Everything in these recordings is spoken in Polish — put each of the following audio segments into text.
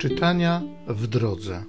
Czytania w drodze.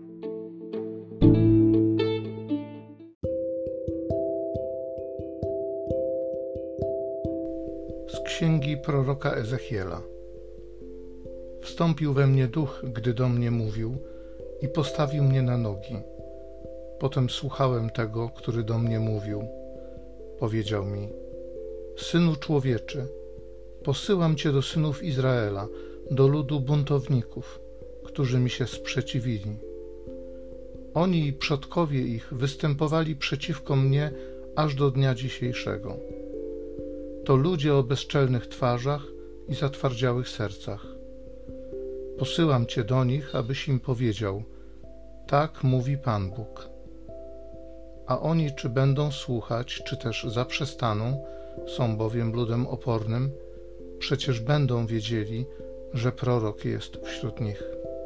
Z księgi proroka Ezechiela. Wstąpił we mnie duch, gdy do mnie mówił, i postawił mnie na nogi. Potem słuchałem tego, który do mnie mówił. Powiedział mi: Synu człowieczy, posyłam cię do synów Izraela, do ludu buntowników, którzy mi się sprzeciwili. Oni i przodkowie ich występowali przeciwko mnie aż do dnia dzisiejszego. To ludzie o bezczelnych twarzach i zatwardziałych sercach. Posyłam cię do nich, abyś im powiedział: tak mówi Pan Bóg. A oni czy będą słuchać, czy też zaprzestaną, są bowiem ludem opornym, przecież będą wiedzieli, że prorok jest wśród nich.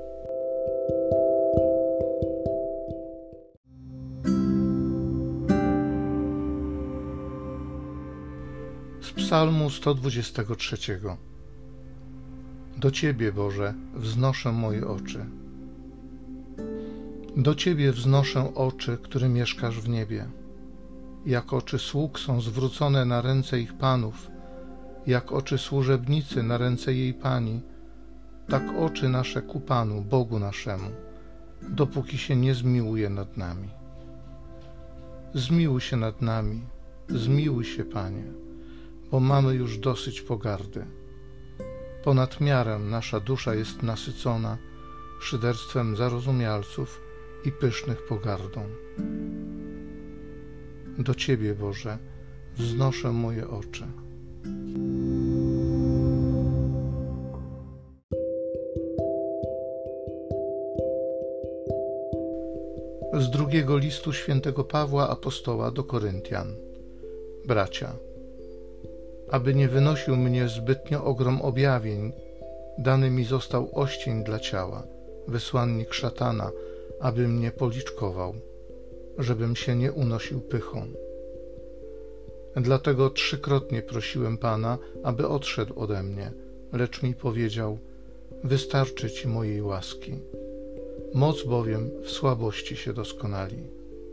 Z Psalmu 123. Do Ciebie, Boże, wznoszę moje oczy. Do Ciebie wznoszę oczy, który mieszkasz w niebie. Jak oczy sług są zwrócone na ręce ich panów, jak oczy służebnicy na ręce jej pani, tak oczy nasze ku Panu, Bogu naszemu, dopóki się nie zmiłuje nad nami. Zmiłuj się nad nami, zmiłuj się, Panie, bo mamy już dosyć pogardy. Ponad miarę nasza dusza jest nasycona szyderstwem zarozumialców i pysznych pogardą. Do Ciebie, Boże, wznoszę moje oczy. Z drugiego listu świętego Pawła apostoła do Koryntian. Bracia, aby nie wynosił mnie zbytnio ogrom objawień, dany mi został oścień dla ciała, wysłannik szatana, aby mnie policzkował, żebym się nie unosił pychą. Dlatego 3-krotnie prosiłem Pana, aby odszedł ode mnie, lecz mi powiedział: wystarczy Ci mojej łaski. Moc bowiem w słabości się doskonali.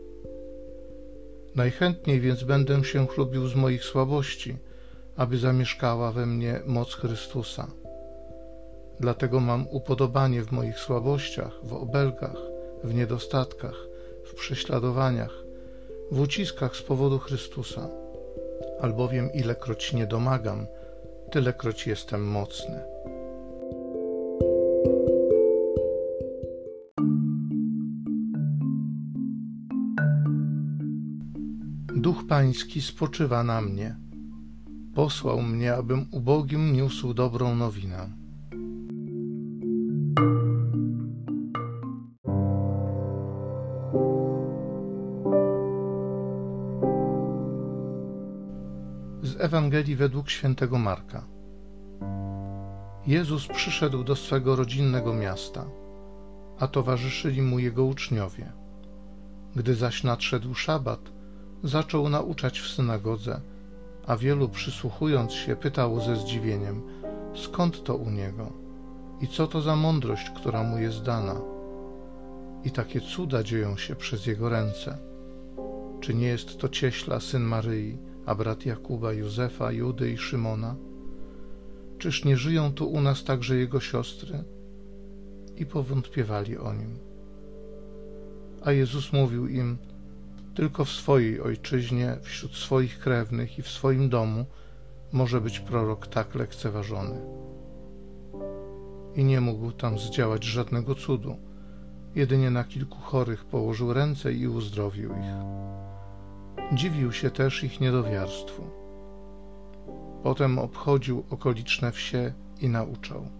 Najchętniej więc będę się chlubił z moich słabości, aby zamieszkała we mnie moc Chrystusa. Dlatego mam upodobanie w moich słabościach, w obelgach, w niedostatkach, w prześladowaniach, w uciskach z powodu Chrystusa. Albowiem ilekroć nie domagam, tylekroć jestem mocny. Duch Pański spoczywa na mnie. Posłał mnie, abym ubogim niósł dobrą nowinę. Z Ewangelii według świętego Marka. Jezus przyszedł do swego rodzinnego miasta, a towarzyszyli mu jego uczniowie. Gdy zaś nadszedł szabat, zaczął nauczać w synagodze, a wielu przysłuchując się pytało ze zdziwieniem, skąd to u niego i co to za mądrość, która mu jest dana. I takie cuda dzieją się przez jego ręce. Czy nie jest to cieśla, syn Maryi, a brat Jakuba, Józefa, Judy i Szymona? Czyż nie żyją tu u nas także jego siostry? I powątpiewali o nim. A Jezus mówił im: tylko w swojej ojczyźnie, wśród swoich krewnych i w swoim domu może być prorok tak lekceważony. I nie mógł tam zdziałać żadnego cudu, jedynie na kilku chorych położył ręce i uzdrowił ich. Dziwił się też ich niedowiarstwu. Potem obchodził okoliczne wsie i nauczał.